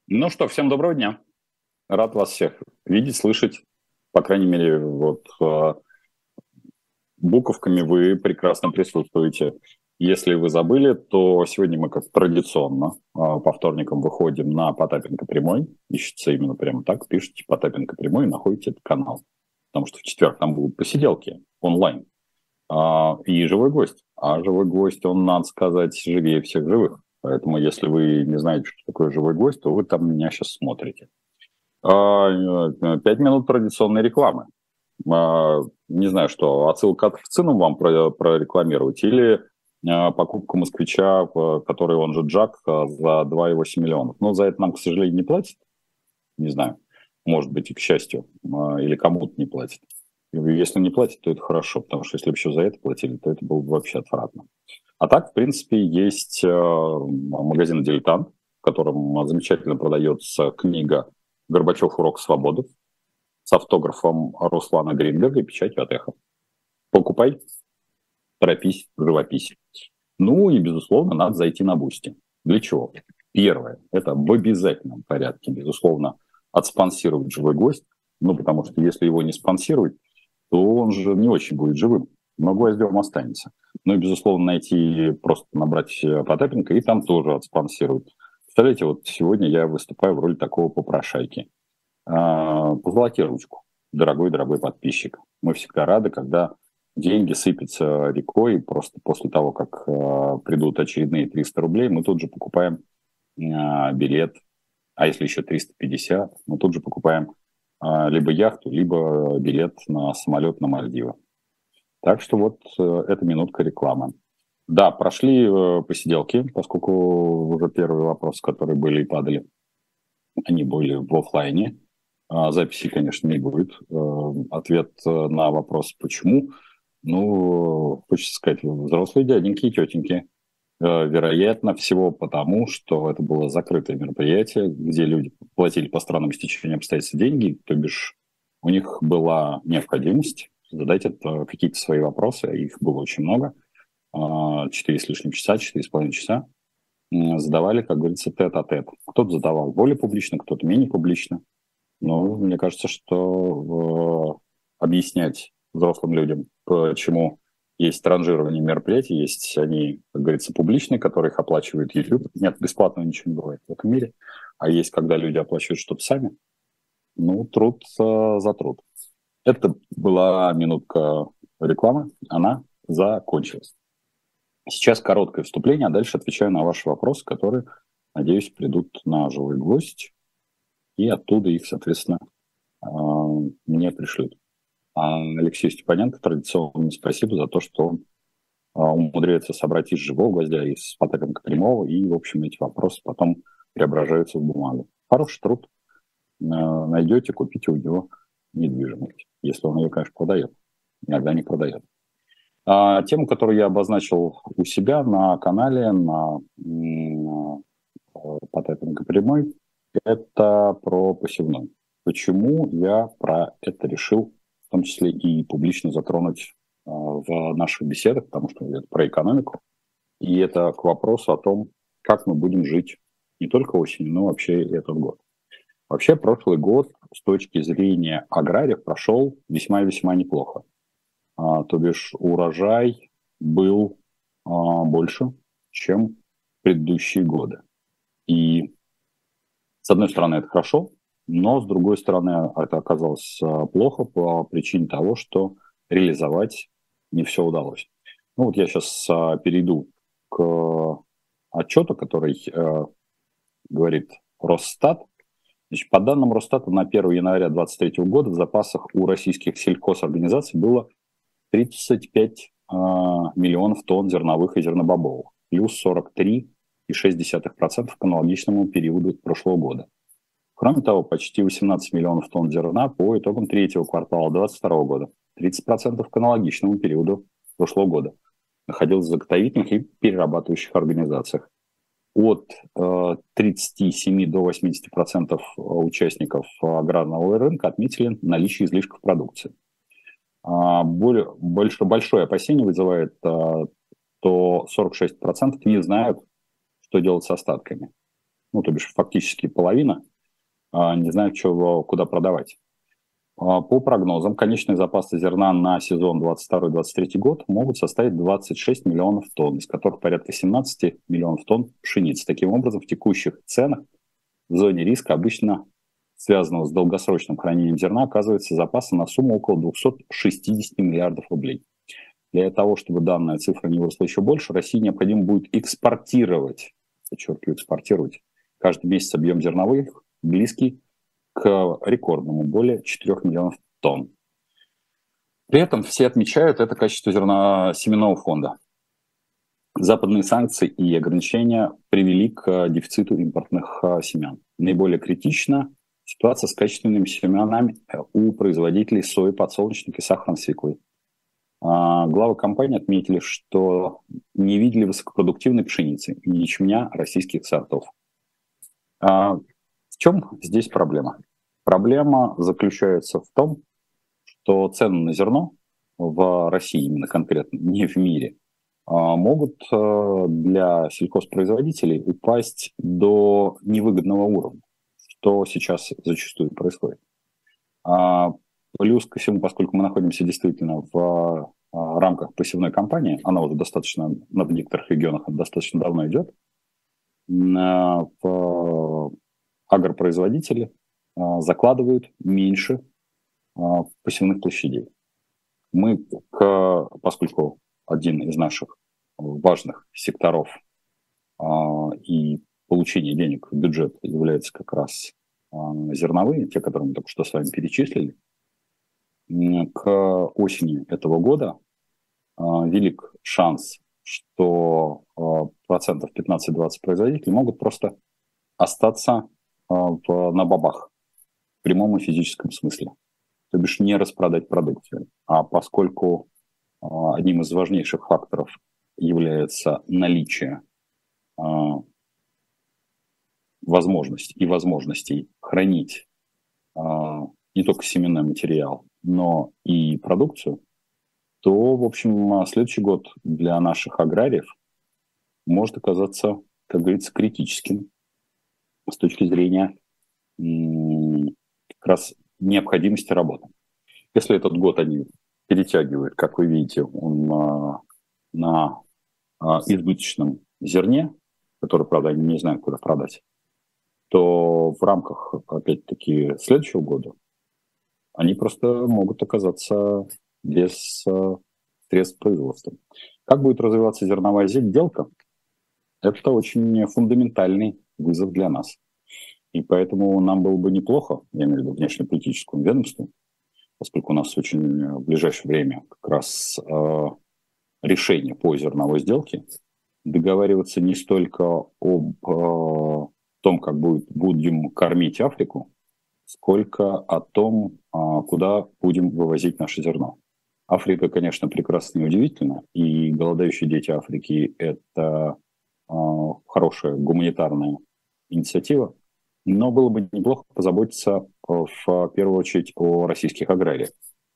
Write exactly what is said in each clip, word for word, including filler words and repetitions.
Ну что, всем доброго дня. Рад вас всех видеть, слышать. По крайней мере, вот э, буковками вы прекрасно присутствуете. Если вы забыли, то сегодня мы, как традиционно, э, по вторникам выходим на Потапенко прямой. Ищется именно прямо так. Пишите Потапенко прямой и находите этот канал. Потому что в четверг там будут посиделки онлайн. А, и живой гость. А живой гость, он, надо сказать, живее всех живых. Поэтому, если вы не знаете, что такое живой гость, то вы там меня сейчас смотрите. А, э, Пять минут традиционной рекламы. А, Не знаю, что, отсылка к ценам вам про- прорекламировать или а, покупку москвича, в- который он же Джак, а, за два и восемь миллионов. Но за это нам, к сожалению, не платят. Не знаю. Может быть, и к счастью. а, Или кому-то не платят. И если не платят, то это хорошо, потому что если бы еще за это платили, то это было бы вообще отвратно. А так, в принципе, есть э, магазин «Дилетант», в котором замечательно продается книга «Горбачев. Урок свободы» с автографом Руслана Гринберга и печатью от «Эхо». Покупай, торопись, живопись. Ну и, безусловно, надо зайти на Бусти. Для чего? Первое, это в обязательном порядке, безусловно, отспонсировать живой гость. Ну, потому что если его не спонсировать, то он же не очень будет живым. Но гвоздем останется. Ну и, безусловно, найти, просто набрать Потапенко и там тоже отспонсировать. Представляете, вот сегодня я выступаю в роли такого попрошайки. А, Позолоти ручку, дорогой-дорогой подписчик. Мы всегда рады, когда деньги сыпятся рекой. Просто после того, как а, придут очередные триста рублей, мы тут же покупаем а, билет. А если еще триста пятьдесят, мы тут же покупаем а, либо яхту, либо билет на самолет на Мальдивы. Так что вот э, эта минутка рекламы. Да, прошли э, посиделки, поскольку уже первые вопросы, которые были и падали, они были в оффлайне. А, записи, конечно, не будет. Э, Ответ э, на вопрос «почему?» Ну, хочется сказать, взрослые дяденьки и тетеньки. Э, Вероятно, всего потому, что это было закрытое мероприятие, где люди платили по странному стечению обстоятельств деньги, то бишь у них была необходимость задать это, какие-то свои вопросы, а их было очень много, а, четыре с лишним часа, четыре с половиной часа, м, задавали, как говорится, тет-а-тет. Кто-то задавал более публично, кто-то менее публично. Но мне кажется, что э, объяснять взрослым людям, почему есть ранжирование мероприятий, есть они, как говорится, публичные, которые их оплачивает YouTube. Нет, бесплатного ничего не бывает в этом мире. А есть, когда люди оплачивают что-то сами. Ну, труд э, за труд. Это была минутка рекламы, она закончилась. Сейчас короткое вступление, а дальше отвечаю на ваши вопросы, которые, надеюсь, придут на живой гвоздь, и оттуда их, соответственно, э, мне пришлют. А Алексею Степаненко традиционно спасибо за то, что он а, умудряется собрать из живого гвоздя, из Потапенко прямого, и, в общем, эти вопросы потом преображаются в бумагу. Хороший труд. А, Найдете, купите у него недвижимость, если он ее, конечно, продает. Иногда не продает. А тему, которую я обозначил у себя на канале, на м, Потапенко прямой, это про посевной. Почему я про это решил, в том числе и публично затронуть а, в наших беседах, потому что это про экономику, и это к вопросу о том, как мы будем жить не только осенью, но вообще и этот год. Вообще прошлый год с точки зрения аграриев прошел весьма и весьма неплохо. А, то бишь урожай был а, больше, чем предыдущие годы. И с одной стороны, это хорошо, но с другой стороны, это оказалось а, плохо по причине того, что реализовать не все удалось. Ну вот я сейчас а, перейду к отчету, который а, говорит Росстат. Значит, по данным Росстата на первое января две тысячи двадцать третьего года в запасах у российских сельхозорганизаций было тридцать пять а, миллионов тонн зерновых и зернобобовых, плюс сорок три и шесть десятых процента к аналогичному периоду прошлого года. Кроме того, почти восемнадцать миллионов тонн зерна по итогам третьего квартала две тысячи двадцать второго года, тридцать процентов к аналогичному периоду прошлого года, находилось в заготовительных и перерабатывающих организациях. От э, тридцати семи до восьмидесяти процентов участников аграрного рынка отметили наличие излишков продукции. А, более, больше, большое опасение вызывает а, то сорок шесть процентов не знают, что делать с остатками. ну, то бишь фактически половина, не знают, что, куда продавать. По прогнозам, конечные запасы зерна на сезон двадцать второй двадцать третий год могут составить двадцать шесть миллионов тонн, из которых порядка семнадцать миллионов тонн пшеницы. Таким образом, в текущих ценах в зоне риска, обычно связанного с долгосрочным хранением зерна, оказывается запасы на сумму около двести шестьдесят миллиардов рублей. Для того, чтобы данная цифра не выросла еще больше, России необходимо будет экспортировать, подчеркиваю, экспортировать каждый месяц объем зерновых, близкий к рекордному, более четырёх миллионов тонн. При этом все отмечают это качество зерна семенного фонда. Западные санкции и ограничения привели к дефициту импортных семян. Наиболее критична ситуация с качественными семенами у производителей сои, подсолнечника и сахарной свеклы. Главы компании отметили, что не видели высокопродуктивной пшеницы и ячменя российских сортов. В чем здесь проблема? Проблема заключается в том, что цены на зерно в России, именно конкретно, не в мире, могут для сельхозпроизводителей упасть до невыгодного уровня, что сейчас зачастую происходит. Плюс ко всему, поскольку мы находимся действительно в рамках посевной кампании, она уже достаточно, в некоторых регионах достаточно давно идет, агропроизводители закладывают меньше посевных площадей. Мы, поскольку один из наших важных секторов и получения денег в бюджет является как раз зерновые, те, которые мы только что с вами перечислили, к осени этого года велик шанс, что процентов пятнадцать-двадцать производителей могут просто остаться в, на бабах в прямом и физическом смысле. То бишь не распродать продукцию. А поскольку одним из важнейших факторов является наличие возможности и возможностей хранить не только семенной материал, но и продукцию, то, в общем, следующий год для наших аграриев может оказаться, как говорится, критическим с точки зрения как раз необходимости работы. Если этот год они перетягивают, как вы видите, он на, на избыточном зерне, который, правда, они не знают, куда продать, то в рамках, опять-таки, следующего года они просто могут оказаться без э, средств производства. Как будет развиваться зерновая сделка? Это очень фундаментальный вызов для нас. И поэтому нам было бы неплохо, я имею в виду внешнеполитическому ведомству, поскольку у нас очень в ближайшее время как раз э, решение по зерновой сделке, договариваться не столько об э, том, как будет, будем кормить Африку, сколько о том, куда будем вывозить наше зерно. Африка, конечно, прекрасна и удивительна, и голодающие дети Африки – это хорошая гуманитарная инициатива, но было бы неплохо позаботиться в первую очередь о российских аграриях,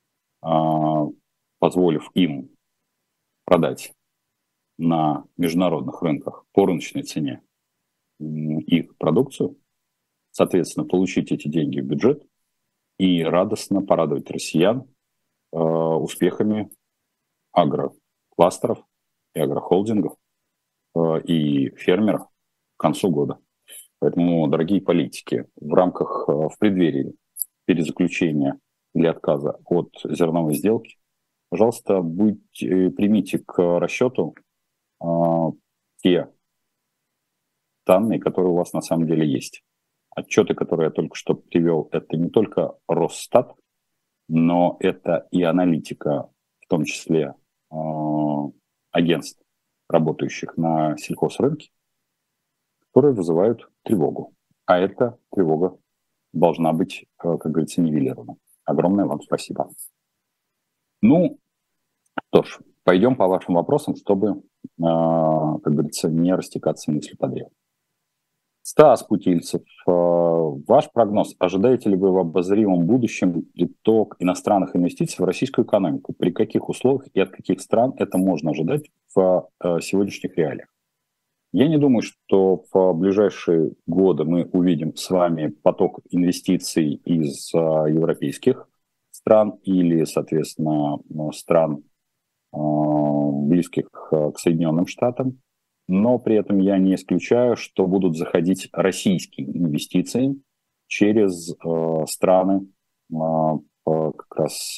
позволив им продать на международных рынках по рыночной цене их продукцию, соответственно, получить эти деньги в бюджет и радостно порадовать россиян э, успехами агрокластеров и агрохолдингов э, и фермеров к концу года. Поэтому, дорогие политики, в рамках, э, в преддверии перезаключения или отказа от зерновой сделки, пожалуйста, будьте, примите к расчету э, те данные, которые у вас на самом деле есть. Отчеты, которые я только что привел, это не только Росстат, но это и аналитика, в том числе э, агентств, работающих на сельхозрынке, которые вызывают тревогу. А эта тревога должна быть, э, как говорится, нивелирована. Огромное вам спасибо. Ну, что ж, пойдем по вашим вопросам, чтобы, э, как говорится, не растекаться мыслью по древу. Стас Путильцев, ваш прогноз, ожидаете ли вы в обозримом будущем приток иностранных инвестиций в российскую экономику? При каких условиях и от каких стран это можно ожидать в сегодняшних реалиях? Я не думаю, что в ближайшие годы мы увидим с вами поток инвестиций из а, европейских стран или, соответственно, ну, стран, а, близких а, к Соединенным Штатам. Но при этом я не исключаю, что будут заходить российские инвестиции через а, страны, а, как раз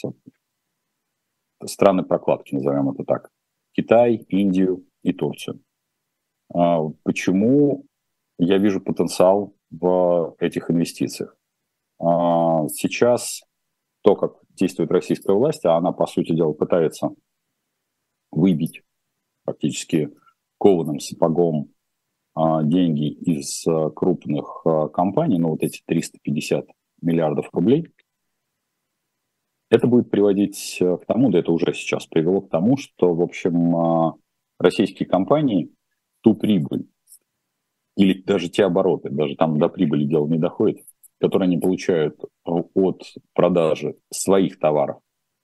страны прокладки, назовем это так. Китай, Индию и Турцию. А, Почему я вижу потенциал в этих инвестициях? А, Сейчас то, как действует российская власть, а она, по сути дела, пытается выбить фактически кованым сапогом а, деньги из а, крупных а, компаний, ну вот эти триста пятьдесят миллиардов рублей, это будет приводить а, к тому, да это уже сейчас привело к тому, что, в общем, а, российские компании ту прибыль, или даже те обороты, даже там до прибыли дело не доходит, которые они получают от продажи своих товаров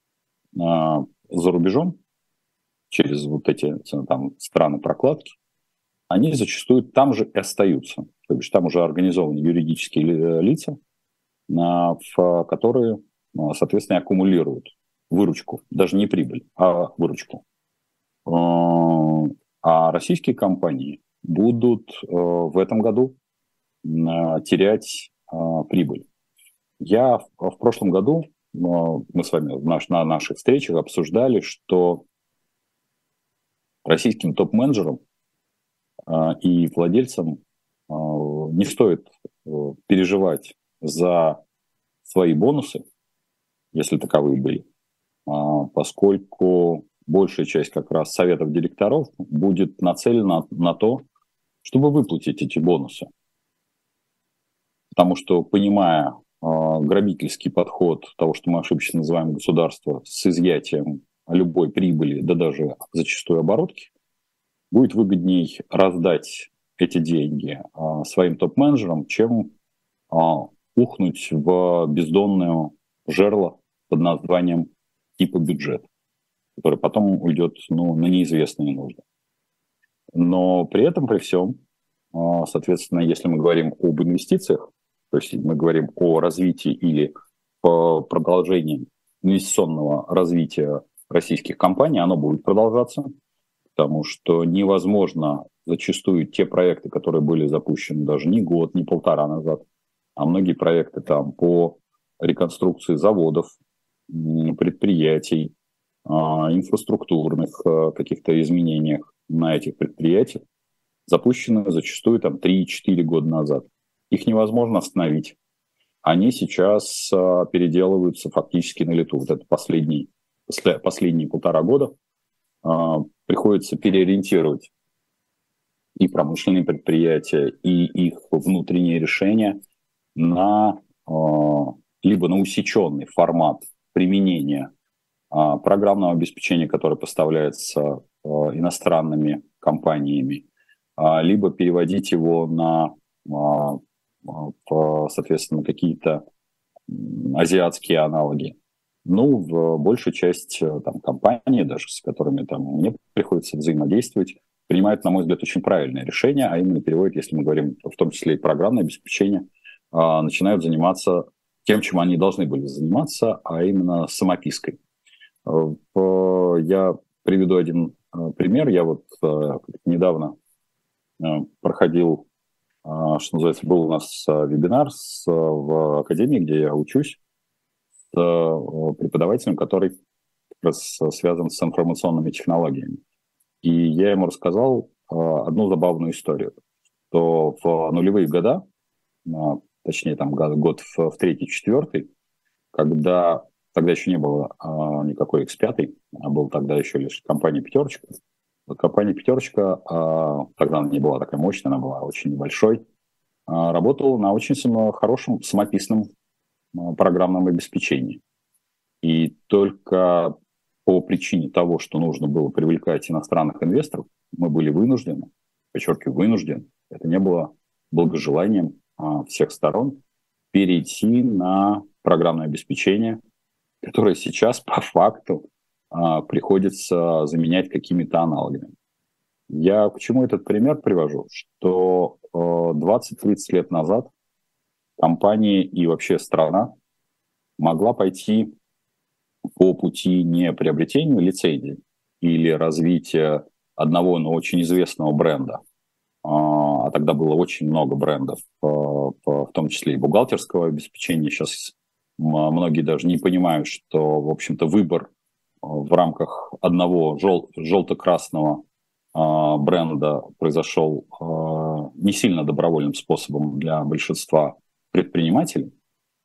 а, за рубежом, через вот эти там страны прокладки, они зачастую там же и остаются. То есть там уже организованы юридические лица, а, в которые, а, соответственно, аккумулируют выручку, даже не прибыль, а выручку. А, а российские компании будут а, в этом году а, терять а, прибыль. Я в, в прошлом году, а, мы с вами в наш, на наших встречах обсуждали, что российским топ-менеджерам а, и владельцам а, не стоит а, переживать за свои бонусы, если таковые были, а, поскольку большая часть как раз советов директоров будет нацелена на то, чтобы выплатить эти бонусы. Потому что, понимая э, грабительский подход того, что мы ошибочно называем государство, с изъятием любой прибыли, да даже зачастую оборотки, будет выгодней раздать эти деньги э, своим топ-менеджерам, чем э, ухнуть в бездонное жерло под названием типа бюджет, который потом уйдет ну, на неизвестные нужды. Но при этом, при всем, э, соответственно, если мы говорим об инвестициях, то есть мы говорим о развитии или по продолжении инвестиционного развития российских компаний, оно будет продолжаться, потому что невозможно зачастую те проекты, которые были запущены даже не год, не полтора назад, а многие проекты там по реконструкции заводов, предприятий, инфраструктурных каких-то изменениях на этих предприятиях запущены зачастую там три-четыре года назад. Их невозможно остановить. Они сейчас а, переделываются фактически на лету. Вот это последний, последние полтора года а, приходится переориентировать и промышленные предприятия, и их внутренние решения на а, либо на усеченный формат применения а, программного обеспечения, которое поставляется а, иностранными компаниями, а, либо переводить его на а, соответственно, какие-то азиатские аналоги. Ну, в большую часть там, компаний, даже с которыми там, мне приходится взаимодействовать, принимают, на мой взгляд, очень правильное решение, а именно переводят, если мы говорим в том числе и программное обеспечение, а, начинают заниматься тем, чем они должны были заниматься, а именно самопиской. Я приведу один пример. Я вот недавно проходил, что называется, был у нас вебинар с, в академии, где я учусь, с преподавателем, который как раз связан с информационными технологиями. И я ему рассказал одну забавную историю, что в нулевые года, точнее там год в, в третий, четвертый, когда тогда еще не было никакой икс пять, а был тогда еще лишь компания «Пятерочка», компания «Пятерочка», тогда она не была такая мощная, она была очень небольшой, работала на очень хорошем самописном программном обеспечении. И только по причине того, что нужно было привлекать иностранных инвесторов, мы были вынуждены, подчеркиваю, вынуждены, это не было благожеланием всех сторон, перейти на программное обеспечение, которое сейчас по факту приходится заменять какими-то аналогами. Я к чему этот пример привожу? Что двадцать-тридцать лет назад компания и вообще страна могла пойти по пути не приобретения лицензии или развития одного, но очень известного бренда, а тогда было очень много брендов, в том числе и бухгалтерского обеспечения. Сейчас многие даже не понимают, что, в общем-то, выбор в рамках одного жел- желто-красного бренда произошел не сильно добровольным способом для большинства предпринимателей.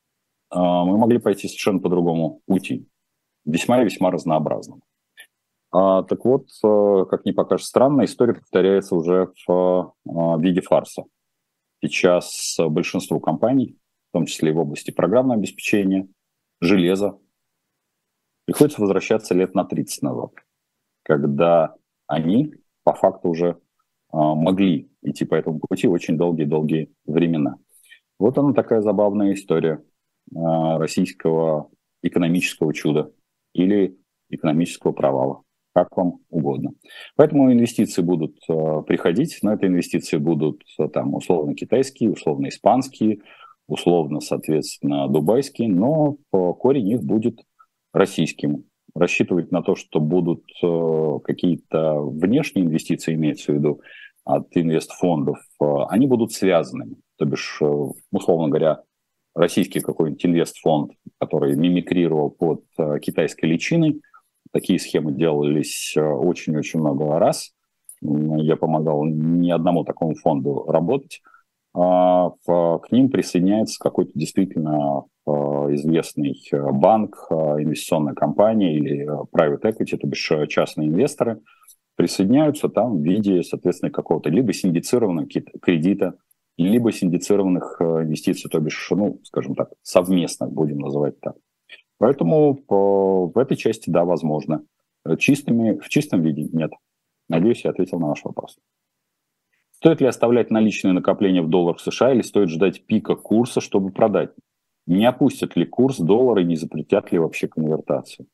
Мы могли пойти совершенно по другому пути, весьма и весьма разнообразным. А, так вот, как ни покажет странно, история повторяется уже в а, виде фарса. Сейчас большинство компаний, в том числе и в области программного обеспечения, железа, приходится возвращаться лет на тридцать назад, когда они по факту уже а, могли идти по этому пути очень долгие-долгие времена. Вот она такая забавная история а, российского экономического чуда или экономического провала, как вам угодно. Поэтому инвестиции будут э, приходить, но это инвестиции будут там условно китайские, условно испанские, условно, соответственно, дубайские, но корень их будет российским. Рассчитывать на то, что будут э, какие-то внешние инвестиции, имеется в виду, от инвестфондов, э, они будут связанными. То бишь, э, условно говоря, российский какой-нибудь инвестфонд, который мимикрировал под э, китайской личиной. Такие схемы делались очень-очень много раз. Я помогал не одному такому фонду работать. А к ним присоединяется какой-то действительно известный банк, инвестиционная компания или private equity, то бишь частные инвесторы, присоединяются там в виде, соответственно, какого-то либо синдицированного кредита, либо синдицированных инвестиций, то бишь, ну, скажем так, совместных, будем называть так. Поэтому по, в этой части, да, возможно. Чистыми, в чистом виде нет. Надеюсь, я ответил на ваш вопрос. Стоит ли оставлять наличные накопления в долларах США или стоит ждать пика курса, чтобы продать? Не опустят ли курс доллара и не запретят ли вообще конвертацию?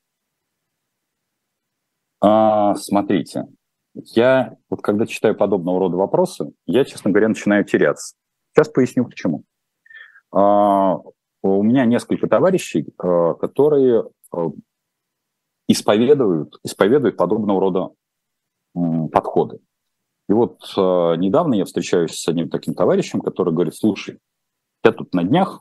А, смотрите, я вот когда читаю подобного рода вопросы, я, честно говоря, начинаю теряться. Сейчас поясню, почему. А, У меня несколько товарищей, которые исповедуют, исповедуют подобного рода подходы. И вот недавно я встречаюсь с одним таким товарищем, который говорит: слушай, я тут на днях,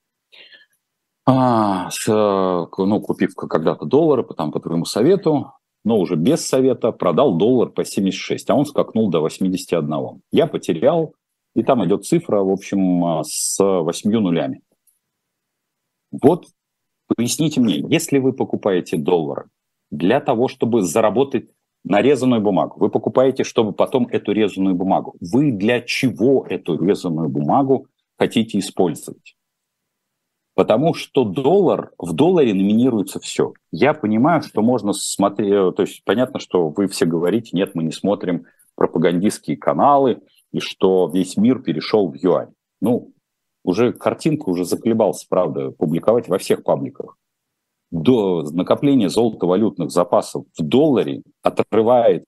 а, с, ну, купив когда-то доллары, потом по твоему совету, но уже без совета, продал доллар по семьдесят шесть, а он скакнул до восемьдесят один. Я потерял, и там идет цифра, в общем, с восьмью нулями. Вот поясните мне, если вы покупаете доллары для того, чтобы заработать на резаную бумагу, вы покупаете, чтобы потом эту резаную бумагу, вы для чего эту резаную бумагу хотите использовать? Потому что доллар, в долларе номинируется все. Я понимаю, что можно смотреть, то есть понятно, что вы все говорите: нет, мы не смотрим пропагандистские каналы, и что весь мир перешел в юань. Ну, уже картинка уже заколебался, правда, публиковать во всех пабликах. До накопления золотовалютных запасов в долларе отрывается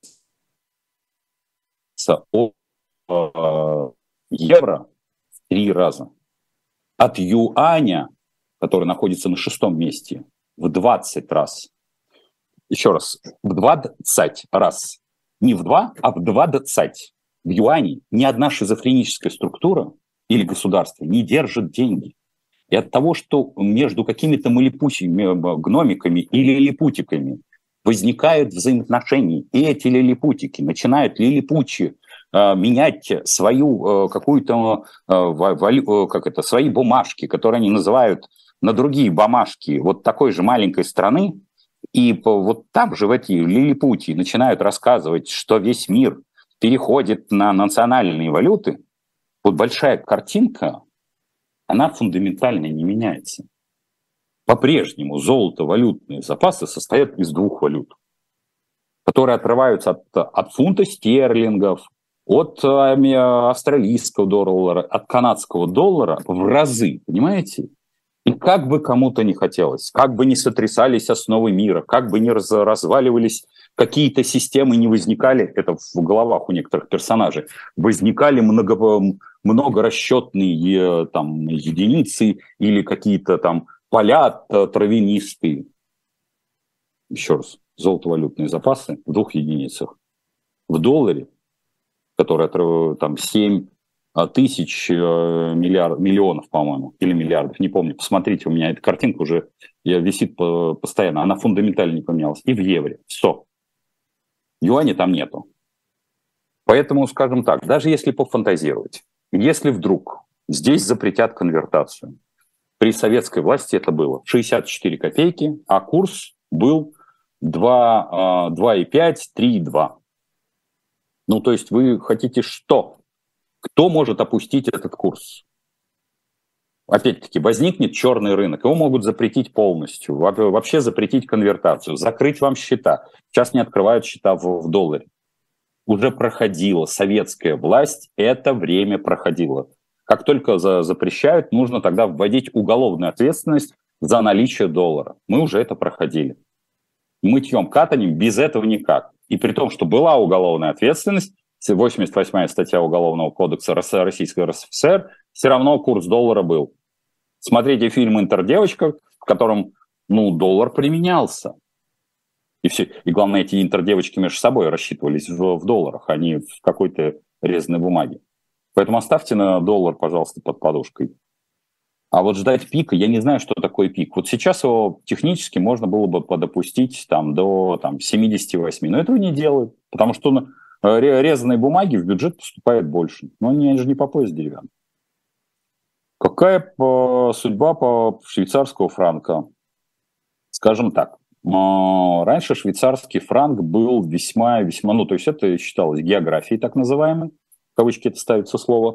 от э, евро в три раза. От юаня, который находится на шестом месте, в двадцать раз. Еще раз, в двадцать раз. Не в два, а в двадцать. В юане ни одна шизофреническая структура или государство не держит деньги. И от того, что между какими-то малипутиками, гномиками или лилипутиками возникают взаимоотношения, и эти лилипутики начинают лилипучи э, менять свою э, какую-то, э, валю, э, как это, свои бумажки, которые они называют на другие бумажки вот такой же маленькой страны, и вот там же в эти лилипутии начинают рассказывать, что весь мир переходит на национальные валюты, вот большая картинка, она фундаментально не меняется. По-прежнему золотовалютные запасы состоят из двух валют, которые отрываются от, от фунта стерлингов, от австралийского доллара, от канадского доллара в разы, понимаете? И как бы кому-то не хотелось, как бы не сотрясались основы мира, как бы не раз, разваливались какие-то системы не возникали, это в головах у некоторых персонажей, возникали много, многорасчетные там единицы или какие-то там поля травянистые. Еще раз, золотовалютные запасы в двух единицах. В долларе, который там семь тысяч миллиард, миллионов, по-моему, или миллиардов, не помню. Посмотрите, у меня эта картинка уже висит постоянно, она фундаментально не поменялась. И в евро. Все. Юаня там нету. Поэтому, скажем так, даже если пофантазировать, если вдруг здесь запретят конвертацию, при советской власти это было шестьдесят четыре копейки, а курс был два, два и пять, три и два. Ну, то есть вы хотите что? Кто может опустить этот курс? Опять-таки, возникнет черный рынок, его могут запретить полностью, вообще запретить конвертацию, закрыть вам счета. Сейчас не открывают счета в, в долларе. Уже проходила советская власть, это время проходило. Как только за, запрещают, нужно тогда вводить уголовную ответственность за наличие доллара. Мы уже это проходили. Мытьем, катанием без этого никак. И при том, что была уголовная ответственность, восемьдесят восьмая статья Уголовного кодекса Российской РСФСР, все равно курс доллара был. Смотрите фильм «Интердевочка», в котором, ну, доллар применялся. И, все, и главное, эти интердевочки между собой рассчитывались в, в долларах, а не в какой-то резаной бумаге. Поэтому оставьте на доллар, пожалуйста, под подушкой. А вот ждать пика, я не знаю, что такое пик. Вот сейчас его технически можно было бы подопустить там, до там, семьдесят восемь, но этого не делают, потому что на резаной бумаги в бюджет поступает больше. Но они же не по пояс деревянный. Какая по, судьба по швейцарского франка? Скажем так, раньше швейцарский франк был весьма-весьма, ну, то есть это считалось географией так называемой, в кавычки это ставится слово.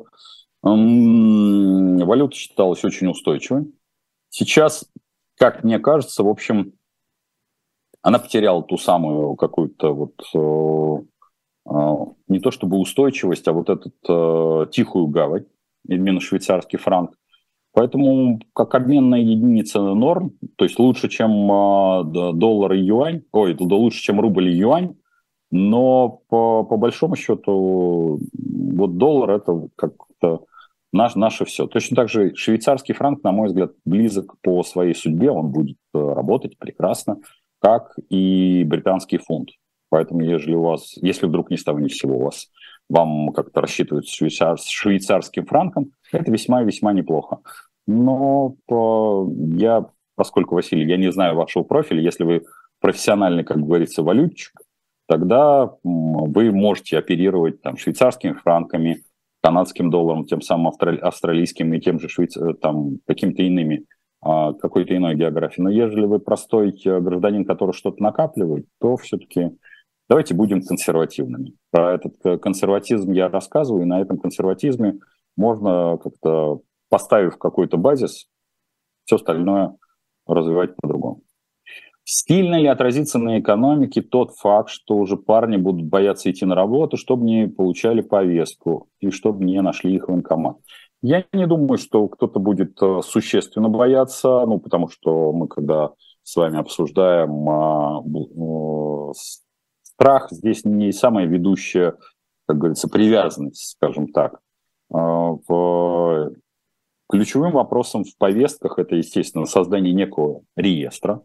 Валюта считалась очень устойчивой. Сейчас, как мне кажется, в общем, она потеряла ту самую какую-то вот не то чтобы устойчивость, а вот эту тихую гавань, именно швейцарский франк. Поэтому как обменная единица норм, то есть лучше, чем доллар и юань, ой, лучше, чем рубль и юань, но по, по большому счету вот доллар это как-то наш, наше все. Точно так же швейцарский франк, на мой взгляд, близок по своей судьбе, он будет работать прекрасно, как и британский фунт. Поэтому, если у вас, если вдруг ни с того ни с сего у вас вам как-то рассчитывают швейцар, с швейцарским франком, это весьма-весьма неплохо. Но по, я, поскольку, Василий, я не знаю вашего профиля, если вы профессиональный, как говорится, валютчик, тогда вы можете оперировать там, швейцарскими франками, канадским долларом, тем самым австралийским и тем же швейц... там, какими-то иными, какой-то иной географией. Но если вы простой гражданин, который что-то накапливает, то все-таки давайте будем консервативными. Про этот консерватизм я рассказываю, и на этом консерватизме можно как-то, поставив какой-то базис, все остальное развивать по-другому. Сильно ли отразится на экономике тот факт, что уже парни будут бояться идти на работу, чтобы не получали повестку и чтобы не нашли их военкомат? Я не думаю, что кто-то будет существенно бояться, ну, потому что мы, когда с вами обсуждаем а, а, страх, здесь не самая ведущая, как говорится, привязанность, скажем так. А, в... Ключевым вопросом в повестках это, естественно, создание некого реестра,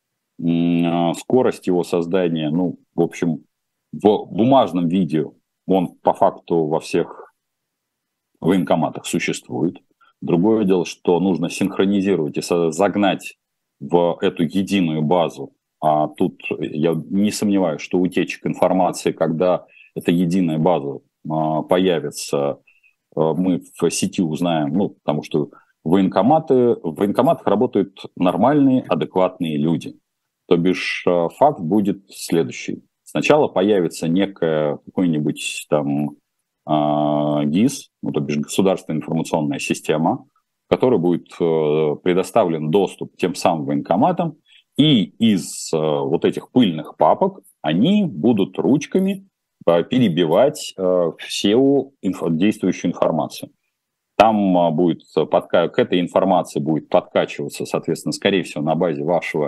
скорость его создания, ну, в общем, в бумажном виде он по факту во всех военкоматах существует. Другое дело, что нужно синхронизировать и загнать в эту единую базу. А тут я не сомневаюсь, что утечек информации, когда эта единая база появится, мы в сети узнаем, ну, потому что военкоматы, в военкоматах работают нормальные, адекватные люди. То бишь факт будет следующий. Сначала появится некая какой-нибудь там ГИС, ну, то бишь государственная информационная система, в которой будет предоставлен доступ к тем самым военкоматам, и из вот этих пыльных папок они будут ручками перебивать всю действующую информацию. Там будет подка... к этой информации будет подкачиваться, соответственно, скорее всего, на базе вашего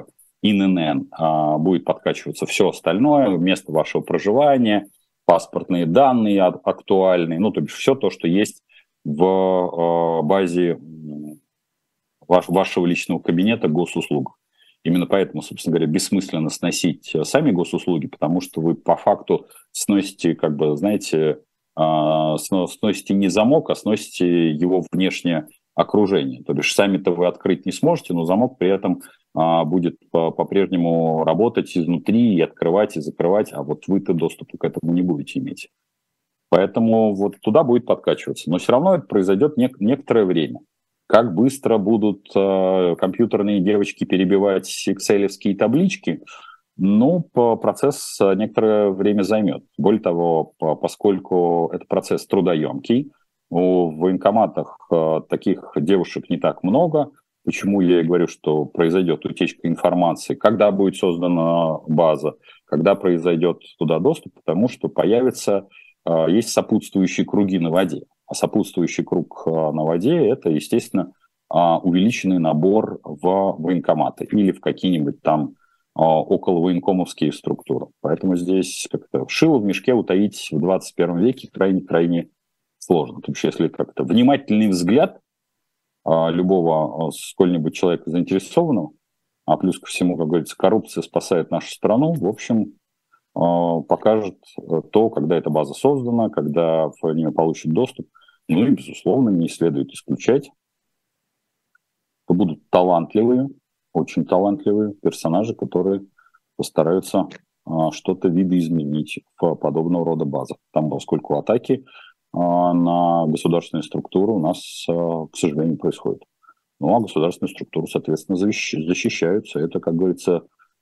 ин эн эн, а, будет подкачиваться все остальное, место вашего проживания, паспортные данные актуальные, ну, то бишь все то, что есть в а, базе ваш, вашего личного кабинета госуслуг. Именно поэтому, собственно говоря, бессмысленно сносить сами госуслуги, потому что вы по факту сносите, как бы, знаете, сносите не замок, а сносите его внешнее окружение. То бишь сами-то вы открыть не сможете, но замок при этом будет по-прежнему работать изнутри и открывать, и закрывать, а вот вы-то доступа к этому не будете иметь. Поэтому вот туда будет подкачиваться. Но все равно это произойдет нек- некоторое время. Как быстро будут э, компьютерные девочки перебивать экселевские таблички, ну, по, процесс некоторое время займет. Более того, по, поскольку это процесс трудоемкий, у, в военкоматах э, таких девушек не так много. Почему я и говорю, что произойдет утечка информации, когда будет создана база, когда произойдет туда доступ, потому что появится, э, есть сопутствующие круги на воде. А сопутствующий круг на воде – это, естественно, увеличенный набор в военкоматы или в какие-нибудь там около военкомовские структуры. Поэтому здесь как-то шило в мешке утаить в двадцать первом веке крайне-крайне сложно. То есть если как-то внимательный взгляд любого сколь-нибудь человека заинтересованного, а плюс ко всему, как говорится, коррупция спасает нашу страну, в общем, покажет то, когда эта база создана, когда в нее получит доступ. Ну и, безусловно, не следует исключать, что будут талантливые, очень талантливые персонажи, которые постараются что-то видоизменить в подобного рода базах. Там, поскольку атаки на государственные структуры у нас, к сожалению, происходят. Ну, а государственные структуры, соответственно, защищаются. Это, как говорится,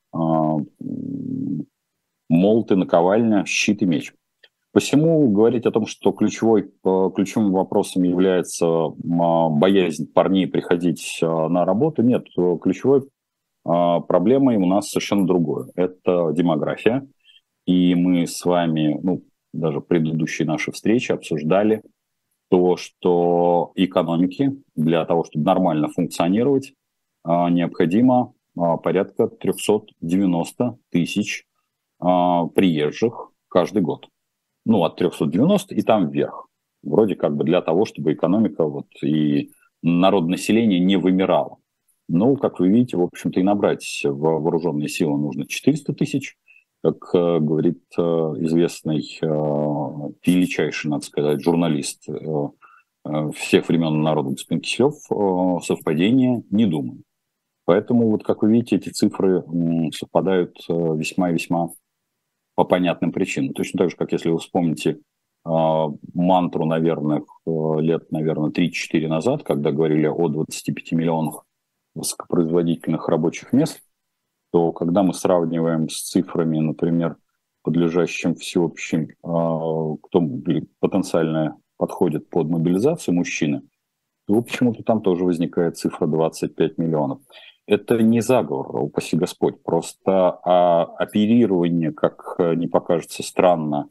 молот и наковальня, щит и меч. Посему говорить о том, что ключевой, ключевым вопросом является боязнь парней приходить на работу, нет. Ключевой проблемой у нас совершенно другое. Это демография. И мы с вами, ну, даже в предыдущей нашей встрече обсуждали то, что экономике для того, чтобы нормально функционировать, необходимо порядка триста девяносто тысяч приезжих каждый год. Ну, от триста девяносто и там вверх. Вроде как бы для того, чтобы экономика вот, и народонаселение не вымирало. Ну, как вы видите, в общем-то, и набрать в вооруженные силы нужно четыреста тысяч. Как э, говорит э, известный, э, величайший, надо сказать, журналист э, э, всех времен народа господин Киселев, э, совпадения не думаю. Поэтому, вот, как вы видите, эти цифры э, совпадают э, весьма и весьма по понятным причинам. Точно так же, как если вы вспомните э, мантру, наверное, э, лет, наверное, три-четыре назад, когда говорили о двадцати пяти миллионах высокопроизводительных рабочих мест, то когда мы сравниваем с цифрами, например, подлежащим всеобщим, э, кто потенциально подходит под мобилизацию мужчины, то почему-то там тоже возникает цифра двадцать пять миллионов. Это не заговор, упаси Господь, просто а, оперирование, как не покажется странно,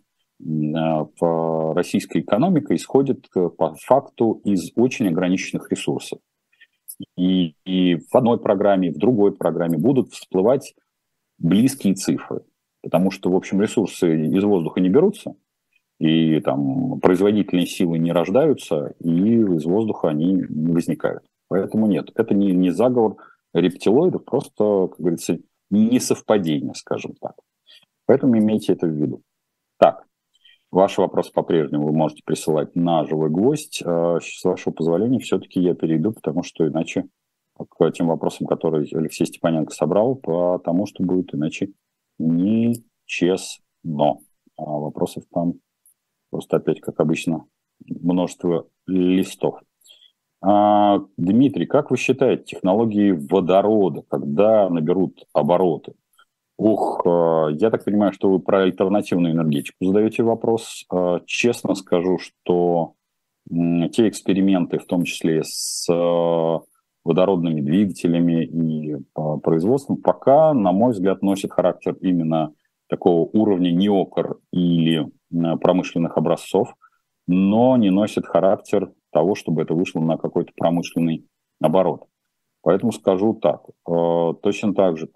в российской экономике исходит по факту из очень ограниченных ресурсов. И, и в одной программе, в другой программе будут всплывать близкие цифры, потому что, в общем, ресурсы из воздуха не берутся, и там производительные силы не рождаются, и из воздуха они не возникают. Поэтому нет, это не, не заговор рептилоидов, просто, как говорится, несовпадение, скажем так. Поэтому имейте это в виду. Так, ваши вопросы по-прежнему вы можете присылать на живой гвоздь. С вашего позволения все-таки я перейду, потому что иначе к тем вопросам, которые Алексей Степаненко собрал, потому что будет иначе нечестно. А вопросов там просто опять, как обычно, множество листов. А, Дмитрий, как вы считаете, технологии водорода, когда наберут обороты? Ух, я так понимаю, что вы про альтернативную энергетику задаете вопрос. Честно скажу, что те эксперименты, в том числе с водородными двигателями и производством, пока, на мой взгляд, носят характер именно такого уровня неокр или промышленных образцов, но не носит характер того, чтобы это вышло на какой-то промышленный оборот. Поэтому скажу так. Точно так же, как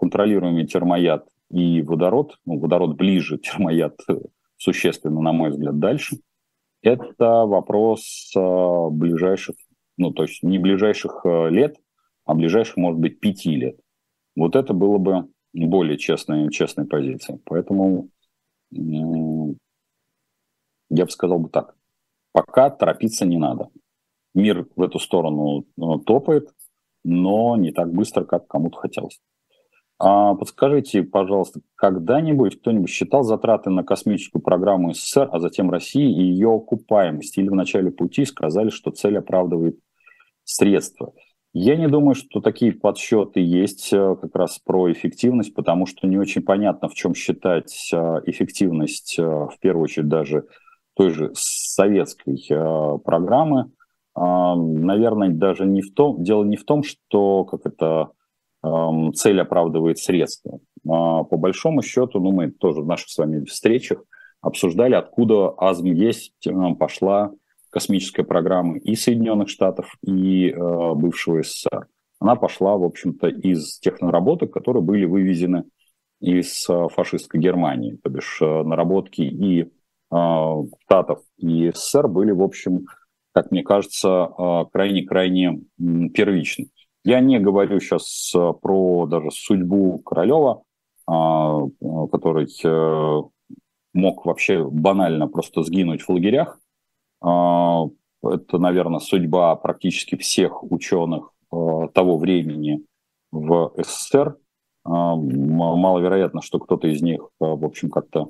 контролируемый термояд и водород, ну, водород ближе, термояд существенно, на мой взгляд, дальше, это вопрос э, ближайших, ну, то есть не ближайших э, лет, а ближайших, может быть, пяти лет. Вот это было бы более честная, честная позиция. Поэтому э, я бы сказал бы так. Пока торопиться не надо. Мир в эту сторону э, топает, но не так быстро, как кому-то хотелось. А подскажите, пожалуйста, когда-нибудь кто-нибудь считал затраты на космическую программу СССР, а затем России и ее окупаемость? Или в начале пути сказали, что цель оправдывает средства? Я не думаю, что такие подсчеты есть как раз про эффективность, потому что не очень понятно, в чем считать эффективность, в первую очередь, даже той же советской программы. Наверное, даже не в том, дело не в том, что как это цель оправдывает средства. По большому счету, ну, мы тоже в наших с вами встречах обсуждали, откуда АЗМ есть, пошла космическая программа и Соединенных Штатов, и э, бывшего СССР. Она пошла, в общем-то, из тех наработок, которые были вывезены из э, фашистской Германии. То бишь э, наработки и э, Штатов, и СССР были, в общем, как мне кажется, э, крайне-крайне э, первичны. Я не говорю сейчас э, про даже судьбу Королева, э, который э, мог вообще банально просто сгинуть в лагерях. Это, наверное, судьба практически всех ученых того времени в СССР. Маловероятно, что кто-то из них, в общем, как-то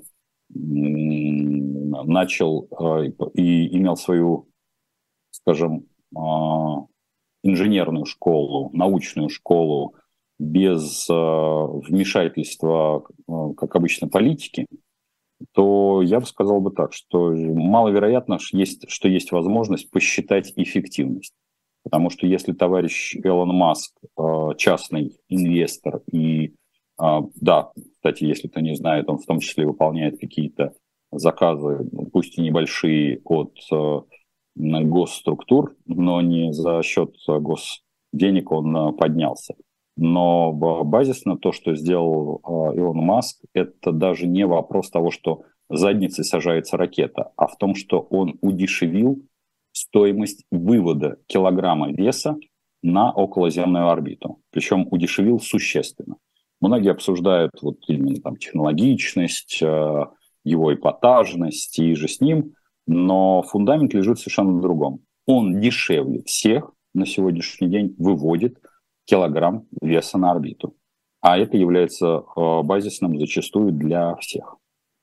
начал и имел свою, скажем, инженерную школу, научную школу без вмешательства, как обычно, политики, то я бы сказал бы так, что маловероятно, что есть, что есть возможность посчитать эффективность. Потому что если товарищ Илон Маск частный инвестор и, да, кстати, если кто не знает, он в том числе выполняет какие-то заказы, пусть и небольшие, от госструктур, но не за счет госденег он поднялся. Но базисно то, что сделал Илон Маск, это даже не вопрос того, что задницей сажается ракета, а в том, что он удешевил стоимость вывода килограмма веса на околоземную орбиту. Причем удешевил существенно. Многие обсуждают вот именно там технологичность, его эпатажность и же с ним, но фундамент лежит совершенно в другом. Он дешевле всех на сегодняшний день выводит килограмм веса на орбиту. А это является базисным зачастую для всех.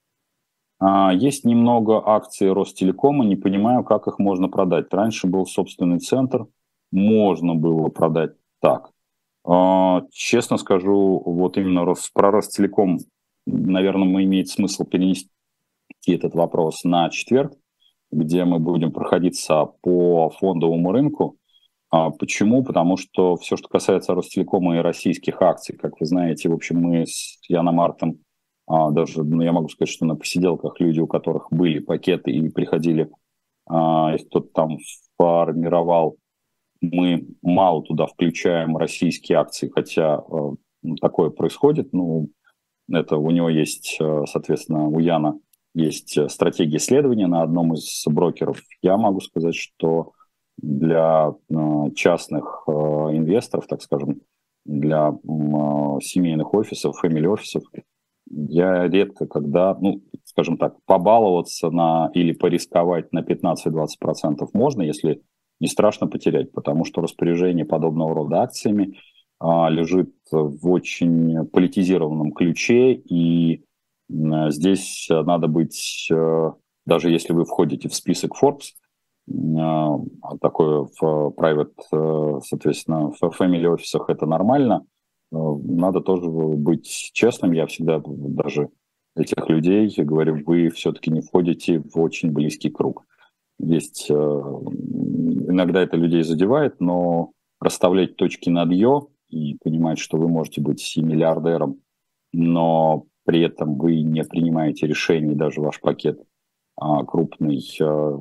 Есть немного акций Ростелекома, не понимаю, как их можно продать. Раньше был собственный центр, можно было продать так. Честно скажу, вот именно про Ростелеком, наверное, имеет смысл перенести этот вопрос на четверг, где мы будем проходиться по фондовому рынку. Почему? Потому что все, что касается Ростелекома и российских акций, как вы знаете, в общем, мы с Яном Артом, даже, ну, я могу сказать, что на посиделках люди, у которых были пакеты и приходили, их кто-то там формировал, мы мало туда включаем российские акции, хотя такое происходит. Ну, это у него есть, соответственно, у Яна есть стратегия исследования на одном из брокеров. Я могу сказать, что для частных инвесторов, так скажем, для семейных офисов, фэмили-офисов, я редко когда, ну, скажем так, побаловаться на или порисковать на пятнадцать-двадцать процентов можно, если не страшно потерять, потому что распоряжение подобного рода акциями а, лежит в очень политизированном ключе, и а, здесь надо быть, а, даже если вы входите в список Forbes, а, такое в private, соответственно, в family офисах это нормально, надо тоже быть честным. Я всегда даже этих людей говорю, вы все-таки не входите в очень близкий круг. Есть, иногда это людей задевает, но расставлять точки над «ё» и понимать, что вы можете быть и миллиардером, но при этом вы не принимаете решений, даже ваш пакет крупной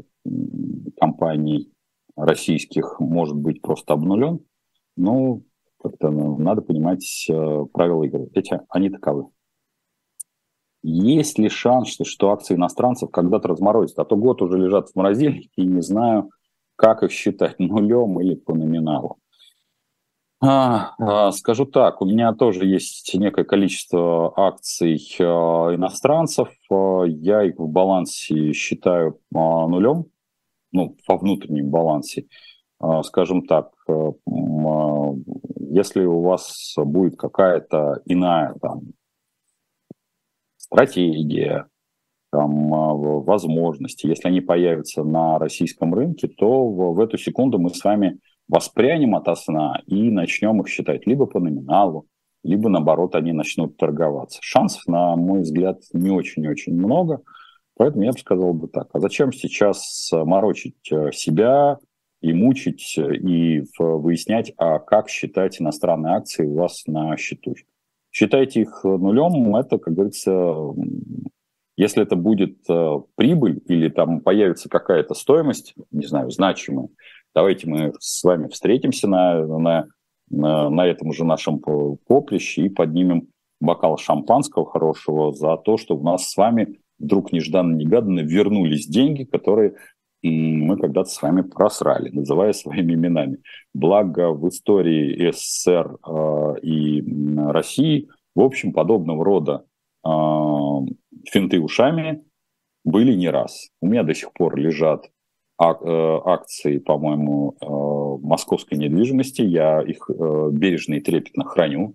компаний российских может быть просто обнулен. Ну, Как-то ну, надо понимать э, правила игры. Эти, они таковы. Есть ли шанс, что акции иностранцев когда-то разморозят? А то год уже лежат в морозильнике, и не знаю, как их считать, нулем или по номиналу. А, а, скажу так, у меня тоже есть некое количество акций э, иностранцев. Э, я их в балансе считаю э, нулем, ну, во внутреннем балансе. Э, скажем так, э, э, если у вас будет какая-то иная там, стратегия, там, э, возможности, если они появятся на российском рынке, то в, в эту секунду мы с вами воспрянем ото сна и начнем их считать либо по номиналу, либо, наоборот, они начнут торговаться. Шансов, на мой взгляд, не очень-очень много, поэтому я бы сказал бы так. А зачем сейчас морочить себя и мучить, и выяснять, а как считать иностранные акции у вас на счету? Считайте их нулем, это, как говорится, если это будет э, прибыль или там появится какая-то стоимость, не знаю, значимая, давайте мы с вами встретимся на, на, на, на этом же нашем поприще и поднимем бокал шампанского хорошего за то, что у нас с вами вдруг нежданно-негаданно вернулись деньги, которые мы когда-то с вами просрали, называя своими именами. Благо в истории СССР э, и России, в общем, подобного рода э, финты ушами были не раз. У меня до сих пор лежат ак- э, акции, по-моему, э, московской недвижимости. Я их э, бережно и трепетно храню.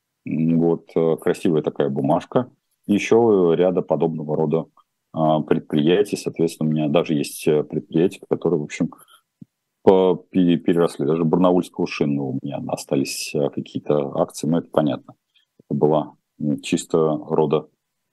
Вот э, красивая такая бумажка. Еще ряда подобного рода э, предприятий. Соответственно, у меня даже есть предприятия, которые, в общем, по- пере- переросли. Даже Барнаульского шина у меня остались э, какие-то акции, но это понятно. Это была м, чисто рода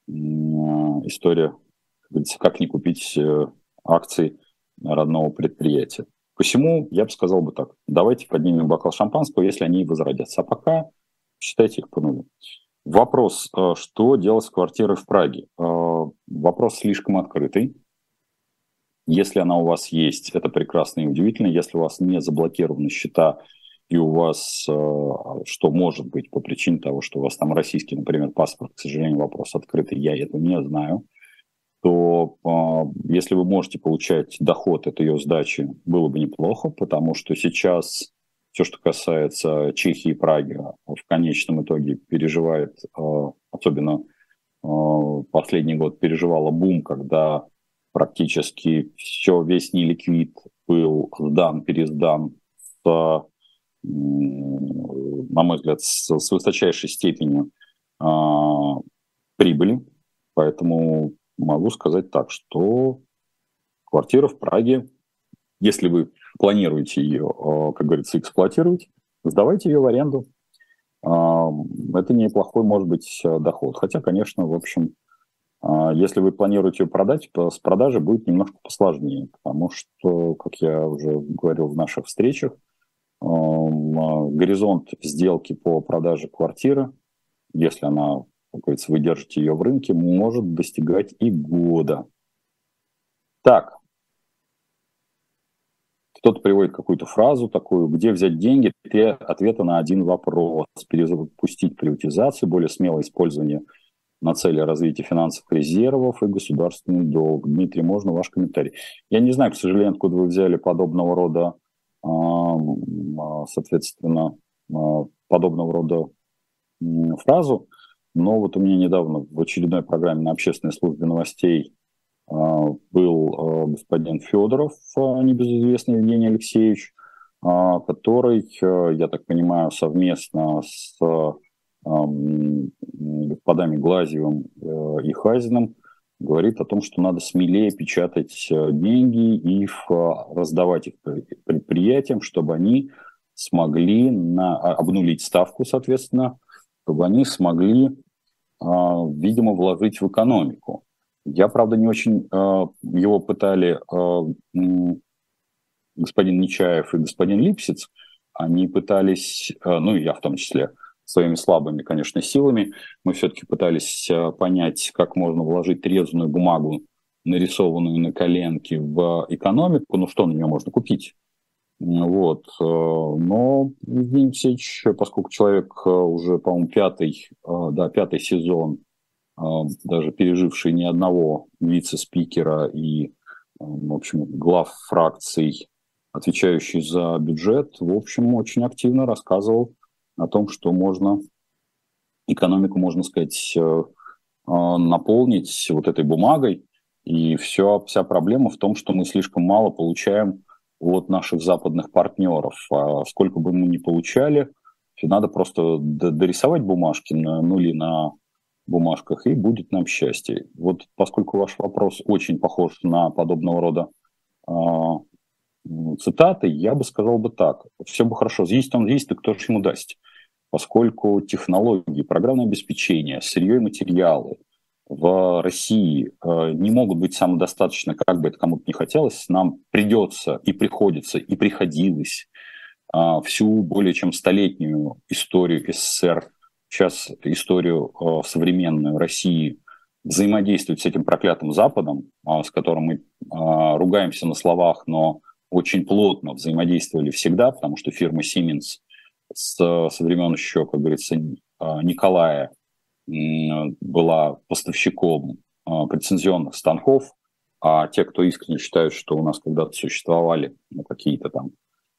история, как говорится, как не купить акции родного предприятия. Посему я бы сказал бы так, давайте поднимем бокал шампанского, если они возродятся. А пока считайте их по нулю. Вопрос, что делать с квартирой в Праге? Вопрос слишком открытый. Если она у вас есть, это прекрасно и удивительно. Если у вас не заблокированы счета, и у вас, что может быть по причине того, что у вас там российский, например, паспорт, к сожалению, вопрос открытый, я это не знаю, то если вы можете получать доход от ее сдачи, было бы неплохо, потому что сейчас все, что касается Чехии и Праги, в конечном итоге переживает, особенно последний год переживала бум, когда практически все, весь неликвид был сдан, пересдан с, на мой взгляд, с, с высочайшей степенью э, прибыли. Поэтому могу сказать так, что квартира в Праге, если вы планируете ее, э, как говорится, эксплуатировать, сдавайте ее в аренду. Э, это неплохой, может быть, доход. Хотя, конечно, в общем, если вы планируете ее продать, с продажи будет немножко посложнее, потому что, как я уже говорил в наших встречах, горизонт сделки по продаже квартиры, если она, как говорится, вы держите ее в рынке, может достигать и года. Так, кто-то приводит какую-то фразу такую, где взять деньги, три ответа на один вопрос, перезапустить приватизацию, более смелое использование на цели развития финансовых резервов и государственный долг. Дмитрий, можно ваш комментарий? Я не знаю, к сожалению, откуда вы взяли подобного рода, соответственно, подобного рода фразу, но вот у меня недавно в очередной программе на общественной службе новостей был господин Федоров, небезызвестный Евгений Алексеевич, который, я так понимаю, совместно с господами Глазьевым и Хазиным говорит о том, что надо смелее печатать деньги и раздавать их предприятиям, чтобы они смогли на, обнулить ставку, соответственно, чтобы они смогли, видимо, вложить в экономику. Я, правда, не очень его пытали господин Нечаев и господин Липсиц, они пытались, ну и я в том числе, своими слабыми, конечно, силами, мы все-таки пытались понять, как можно вложить резаную бумагу, нарисованную на коленке, в экономику. Ну, что на нее можно купить? Вот. Но Евгений Алексеевич, поскольку человек уже, по-моему, пятый, да, пятый сезон, даже переживший ни одного вице-спикера и, в общем, глав фракций, отвечающий за бюджет, в общем, очень активно рассказывал о том, что можно экономику, можно сказать, наполнить вот этой бумагой. И все, вся проблема в том, что мы слишком мало получаем от наших западных партнеров. А сколько бы мы ни получали, надо просто дорисовать бумажки на нули на бумажках, и будет нам счастье. Вот поскольку ваш вопрос очень похож на подобного рода э, цитаты, я бы сказал бы так. Все бы хорошо, есть он есть, и кто же ему даст? Поскольку технологии, программное обеспечение, сырье и материалы в России э, не могут быть самодостаточны, как бы это кому-то не хотелось, нам придется и приходится, и приходилось э, всю более чем столетнюю историю СССР, сейчас историю э, современную России, взаимодействовать с этим проклятым Западом, э, с которым мы э, ругаемся на словах, но очень плотно взаимодействовали всегда, потому что фирма Siemens с, со времен еще, как говорится, Николая была поставщиком прецензионных станков, а те, кто искренне считают, что у нас когда-то существовали ну, какие-то там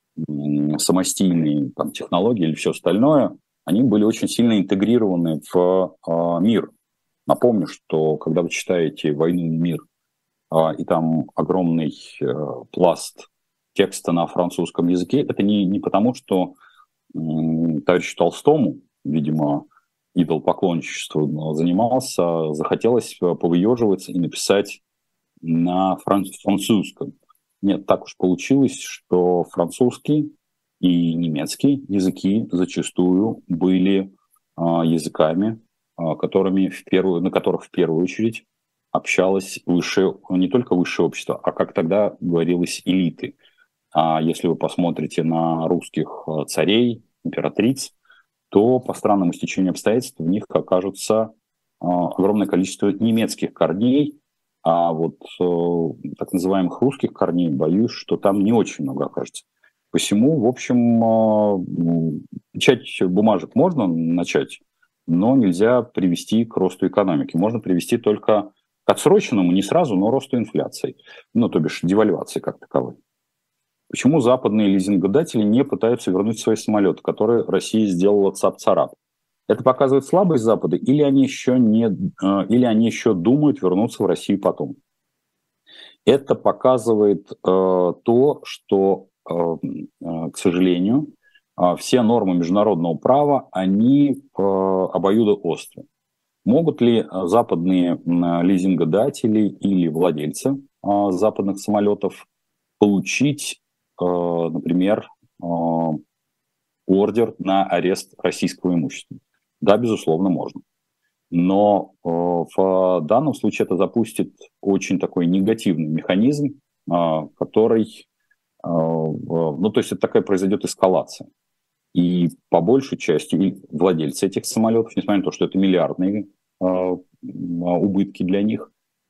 самостийные там, технологии или все остальное, они были очень сильно интегрированы в а, мир. Напомню, что когда вы читаете «Войну и мир», а, и там огромный а, пласт текста на французском языке, это не, не потому, что м, товарищу Толстому, видимо, идолопоклонничеством занимался, захотелось повыеживаться и написать на французском. Нет, так уж получилось, что французский и немецкий языки зачастую были а, языками, а, которыми в первую, на которых в первую очередь общалось высшее, не только высшее общество, а, как тогда говорилось, элиты. А если вы посмотрите на русских царей, императриц, то по странному стечению обстоятельств в них окажется а, огромное количество немецких корней, а вот э, так называемых русских корней, боюсь, что там не очень много окажется. Посему, в общем, э, печать бумажек можно начать, но нельзя привести к росту экономики. Можно привести только к отсроченному, не сразу, но росту инфляции, ну, то бишь девальвации как таковой. Почему западные лизингодатели не пытаются вернуть свои самолеты, которые Россия сделала цап-царап? Это показывает слабость Запада, или они еще, не, или они еще думают вернуться в Россию потом? Это показывает э, то, что, э, э, к сожалению, э, все нормы международного права, они э, обоюдоостры. Могут ли западные э, лизингодатели или владельцы э, западных самолетов получить, э, например, э, ордер на арест российского имущества? Да, безусловно, можно. Но э, в данном случае это запустит очень такой негативный механизм, э, который, э, ну, то есть это такая произойдет эскалация. И по большей части владельцы этих самолетов, несмотря на то, что это миллиардные э, убытки для них,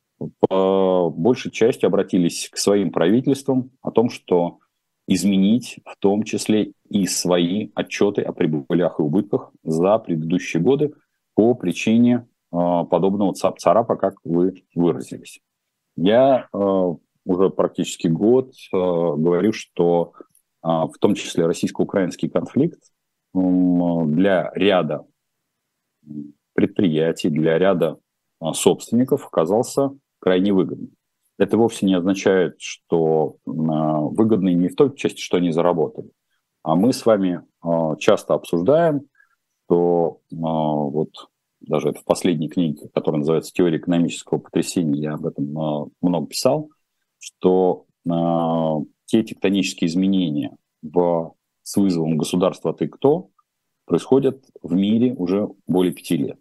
по большей части обратились к своим правительствам о том, что изменить в том числе и свои отчеты о прибылях и убытках за предыдущие годы по причине э, подобного цап-царапа, как вы выразились. Я э, уже практически год э, говорю, что э, в том числе российско-украинский конфликт э, для ряда предприятий, для ряда э, собственников оказался крайне выгодным. Это вовсе не означает, что э, выгодны не в той части, что они заработали. А мы с вами э, часто обсуждаем, что э, вот даже это в последней книге, которая называется «Теория экономического потрясения», я об этом э, много писал, что э, те тектонические изменения в, с вызовом государства «ты кто» происходят в мире уже более пяти лет.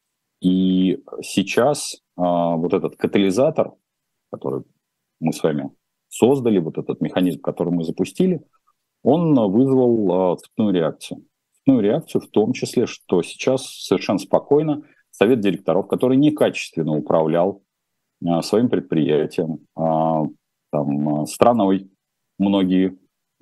И сейчас э, вот этот катализатор, который мы с вами создали, вот этот механизм, который мы запустили, он вызвал э, цепную реакцию. Цепную реакцию в том числе, что сейчас совершенно спокойно совет директоров, который некачественно управлял э, своим предприятием, э, там, страной многие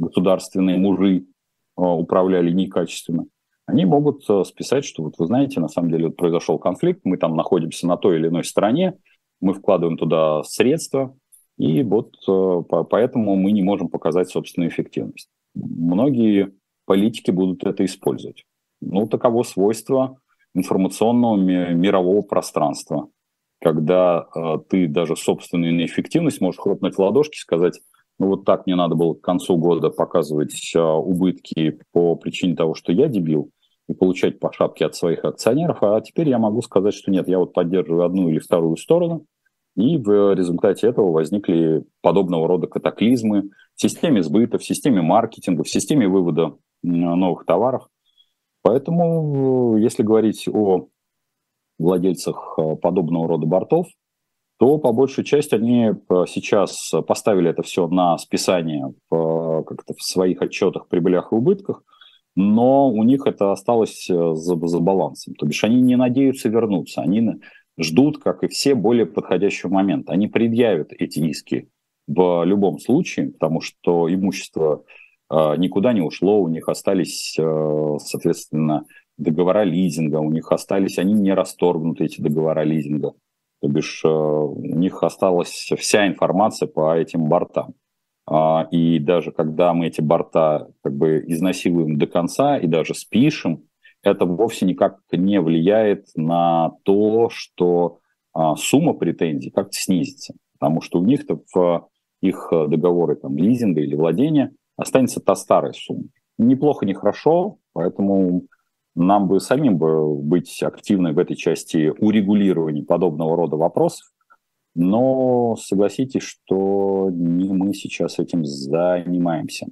государственные мужи управляли некачественно, они могут списать, что вот вы знаете, на самом деле вот произошел конфликт, мы там находимся на той или иной стороне, мы вкладываем туда средства, и вот поэтому мы не можем показать собственную эффективность. Многие политики будут это использовать. Ну, таково свойство информационного мирового пространства, когда ты даже собственную неэффективность можешь хлопнуть в ладошки и сказать, ну вот так мне надо было к концу года показывать убытки по причине того, что я дебил, и получать по шапке от своих акционеров, а теперь я могу сказать, что нет, я вот поддерживаю одну или вторую сторону, и в результате этого возникли подобного рода катаклизмы в системе сбыта, в системе маркетинга, в системе вывода новых товаров. Поэтому, если говорить о владельцах подобного рода бортов, то по большей части они сейчас поставили это все на списание в, как-то в своих отчетах, прибылях и убытках, но у них это осталось за, за балансом. То бишь они не надеются вернуться, они ждут, как и все, более подходящего момента. Они предъявят эти иски в любом случае, потому что имущество э, никуда не ушло, у них остались, э, соответственно, договора лизинга, у них остались, они не расторгнуты, эти договора лизинга. То бишь э, у них осталась вся информация по этим бортам. Э, и даже когда мы эти борта как бы изнасилуем до конца и даже спишем, это вовсе никак не влияет на то, что а, сумма претензий как-то снизится. Потому что у них-то в их договоры там, лизинга или владения останется та старая сумма. Неплохо, не хорошо, поэтому нам бы самим бы быть активны в этой части урегулирования подобного рода вопросов. Но согласитесь, что не мы сейчас этим занимаемся.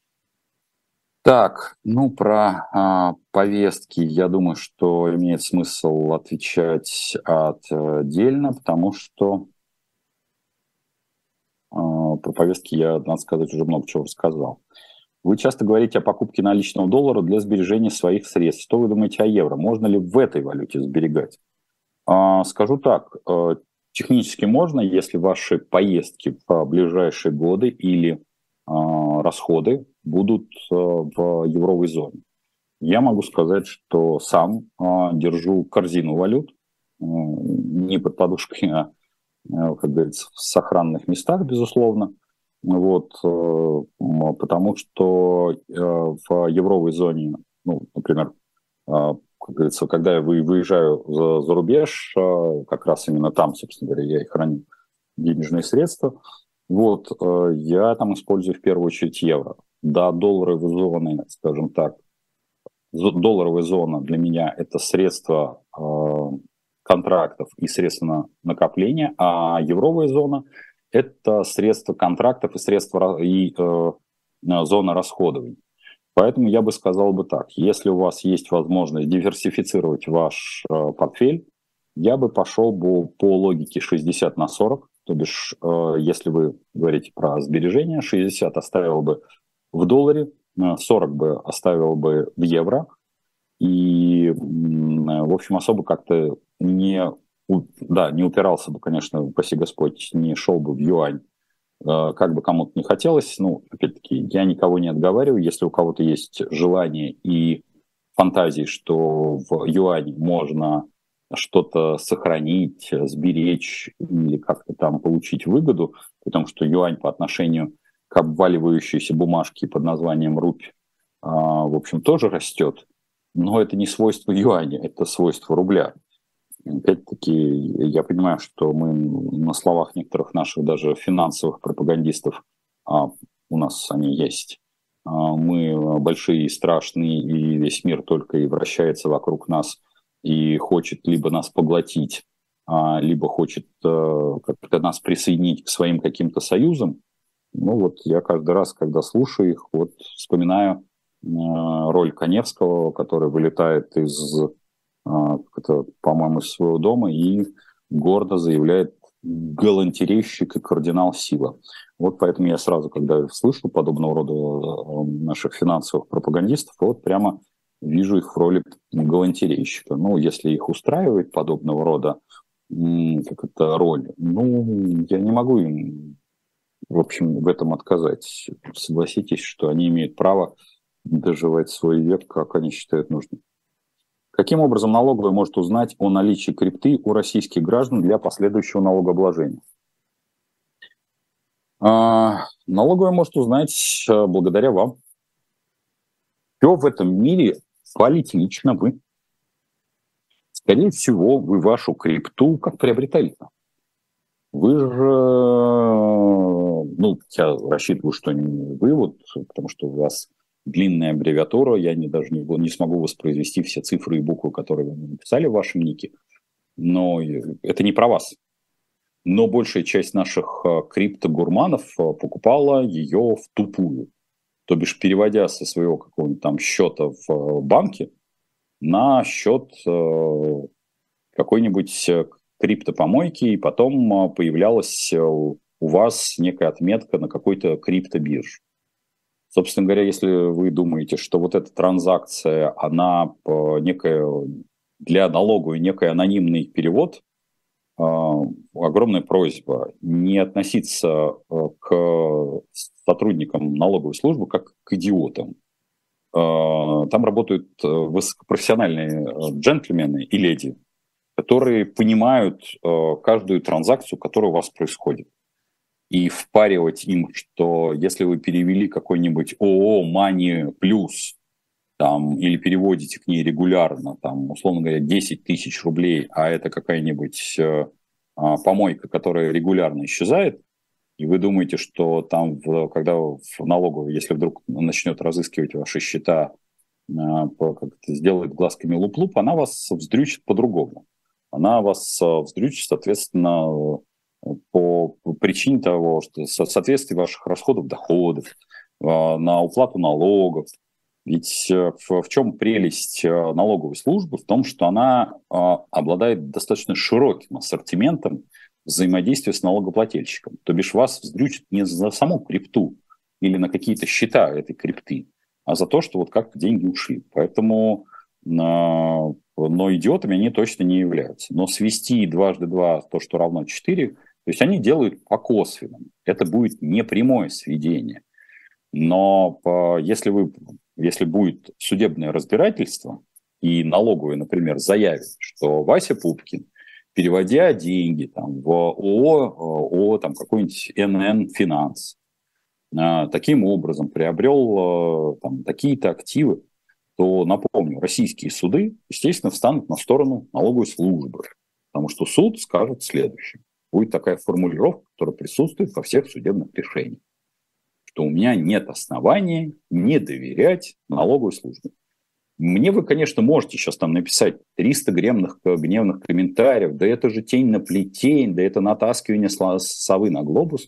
Так, ну про а, повестки, я думаю, что имеет смысл отвечать отдельно, потому что а, про повестки я, надо сказать, уже много чего рассказал. Вы часто говорите о покупке наличного доллара для сбережения своих средств. Что вы думаете о евро? Можно ли в этой валюте сберегать? А, скажу так, технически можно, если ваши поездки в ближайшие годы или а, расходы будут в евровой зоне. Я могу сказать, что сам держу корзину валют, не под подушкой, а, как говорится, в сохранных местах, безусловно. Вот, потому что в евровой зоне, ну, например, как говорится, когда я выезжаю за, за рубеж, как раз именно там, собственно говоря, я и храню денежные средства, вот, я там использую в первую очередь евро. Да, долларовые зоны, скажем так, долларовая зона для меня это средства э, контрактов и средства накопления, а евровая зона это средства контрактов и средства и э, зона расходований. Поэтому я бы сказал бы так, если у вас есть возможность диверсифицировать ваш э, портфель, я бы пошел бы по логике шестьдесят на сорок, то бишь, э, если вы говорите про сбережения, шестьдесят оставил бы в долларе, сорок бы оставил бы в евро, и, в общем, особо как-то не, да, не упирался бы, конечно, упаси Господь, не шел бы в юань, как бы кому-то не хотелось. Ну, опять-таки, я никого не отговариваю, если у кого-то есть желание и фантазии, что в юане можно что-то сохранить, сберечь или как-то там получить выгоду, потому что юань по отношению к обваливающейся бумажке под названием рупь, в общем, тоже растет, но это не свойство юаня, это свойство рубля. Опять-таки, я понимаю, что мы на словах некоторых наших даже финансовых пропагандистов, а у нас они есть, мы большие и страшные, и весь мир только и вращается вокруг нас, и хочет либо нас поглотить, либо хочет как-то нас присоединить к своим каким-то союзам. Ну вот я каждый раз, когда слушаю их, вот вспоминаю э, роль Каневского, который вылетает из, э, это, по-моему, из своего дома и гордо заявляет галантерейщик и кардинал сила. Вот поэтому я сразу, когда слышу подобного рода наших финансовых пропагандистов, вот прямо вижу их в роли галантерейщика. Ну, если их устраивает подобного рода как это, роль, ну, я не могу им в общем, в этом отказать. Согласитесь, что они имеют право доживать свой век, как они считают нужным. Каким образом налоговая может узнать о наличии крипты у российских граждан для последующего налогообложения? А, налоговая может узнать а, благодаря вам. Все в этом мире хвалите лично вы. Скорее всего, вы вашу крипту как приобретали? Вы же, ну, я рассчитываю, что не вы, вот, потому что у вас длинная аббревиатура, я не, даже не, не смогу воспроизвести все цифры и буквы, которые вы написали в вашем нике, но это не про вас. Но большая часть наших криптогурманов покупала ее в тупую. То бишь, переводя со своего какого-нибудь там счета в банке на счет какой-нибудь криптопомойки, и потом появлялась у вас некая отметка на какой-то криптобирже. Собственно говоря, если вы думаете, что вот эта транзакция, она некая для налоговой, некий анонимный перевод, огромная просьба не относиться к сотрудникам налоговой службы как к идиотам. Там работают высокопрофессиональные джентльмены и леди, которые понимают э, каждую транзакцию, которая у вас происходит. И впаривать им, что если вы перевели какой-нибудь ООО Money Plus там, или переводите к ней регулярно, там, условно говоря, десять тысяч рублей, а это какая-нибудь э, помойка, которая регулярно исчезает, и вы думаете, что там, в, когда в налоговой, если вдруг начнет разыскивать ваши счета, э, по, как это, сделает глазками луп-луп, она вас вздрючит по-другому. Она вас вздрючит, соответственно, по причине того, что соответствие ваших расходов, доходов, на уплату налогов. Ведь в, в чем прелесть налоговой службы? В том, что она обладает достаточно широким ассортиментом взаимодействия с налогоплательщиком. То бишь вас вздрючит не за саму крипту или на какие-то счета этой крипты, а за то, что вот как деньги ушли. Поэтому... Но идиотами они точно не являются. Но свести дважды два то, что равно четыре, то есть они делают по косвенному. Это будет не прямое сведение. Но если, вы, если будет судебное разбирательство, и налоговая, например, заявит, что Вася Пупкин, переводя деньги там, в ООО, ООО там, какой-нибудь эн эн Финанс, таким образом приобрел там, такие-то активы, то, напомню, российские суды, естественно, встанут на сторону налоговой службы, потому что суд скажет следующее. Будет такая формулировка, которая присутствует во всех судебных решениях, что у меня нет основания не доверять налоговой службе. Мне вы, конечно, можете сейчас там написать триста гневных, гневных комментариев, да это же тень на плетень, да это натаскивание совы на глобус.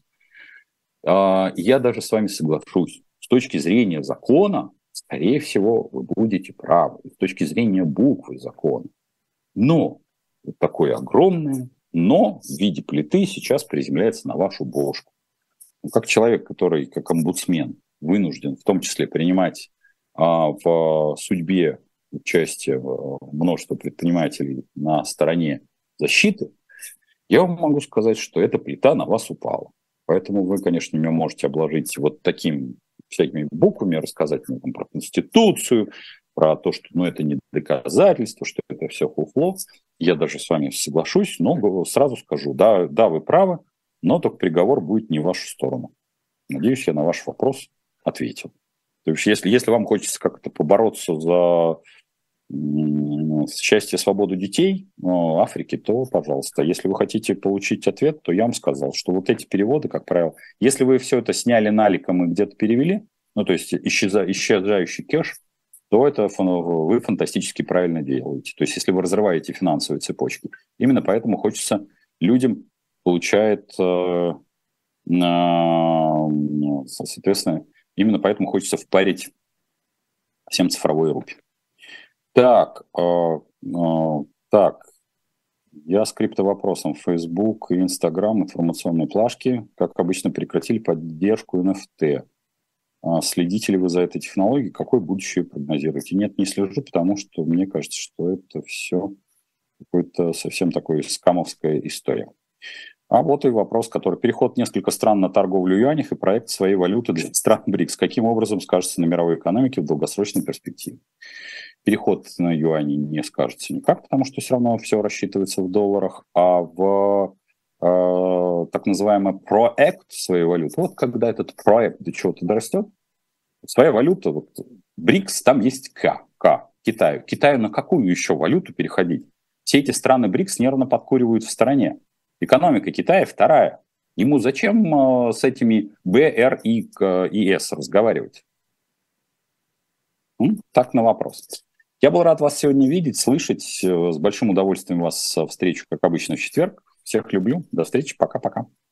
Я даже с вами соглашусь. С точки зрения закона, скорее всего, вы будете правы с точки зрения буквы закона. Но вот такое огромное но в виде плиты сейчас приземляется на вашу бошку. Ну, как человек, который, как омбудсмен, вынужден в том числе принимать а, в судьбе участие множества предпринимателей на стороне защиты, я вам могу сказать, что эта плита на вас упала. Поэтому вы, конечно, меня можете обложить вот такими всякими буквами, рассказать мне там про Конституцию, про то, что ну, это не доказательство, что это все фуфло. Я даже с вами соглашусь, но сразу скажу, да, да, вы правы, но только приговор будет не в вашу сторону. Надеюсь, я на ваш вопрос ответил. То есть, если, если вам хочется как-то побороться за счастье, свободу детей в Африке, то, пожалуйста. Если вы хотите получить ответ, то я вам сказал, что вот эти переводы, как правило, если вы все это сняли наликом и где-то перевели, ну, то есть исчеза, исчезающий кэш, то это вы фантастически правильно делаете. То есть если вы разрываете финансовые цепочки. Именно поэтому хочется людям получает, соответственно, именно поэтому хочется впарить всем цифровой рубль. Так, э, э, так, я с криптовопросом. Facebook и Instagram, информационные плашки, как обычно, прекратили поддержку эн эф ти. А следите ли вы за этой технологией? Какое будущее прогнозируете? Нет, не слежу, потому что мне кажется, что это все какой-то совсем такой скамовская история. А вот и вопрос, который переход несколько стран на торговлю в юанях и проект своей валюты для стран БРИКС. Каким образом скажется на мировой экономике в долгосрочной перспективе? Переход на юани не скажется никак, потому что все равно все рассчитывается в долларах, а в э, так называемый проект своей валюты, вот когда этот проект до чего-то дорастет, своя валюта, вот БРИКС, там есть К, К, Китаю. Китаю на какую еще валюту переходить? Все эти страны БРИКС нервно подкуривают в стороне. Экономика Китая вторая. Ему зачем э, с этими Б, Р и, э, и С разговаривать? М? Так на вопрос. Я был рад вас сегодня видеть, слышать. С большим удовольствием вас встречу, как обычно, в четверг. Всех люблю. До встречи. Пока-пока.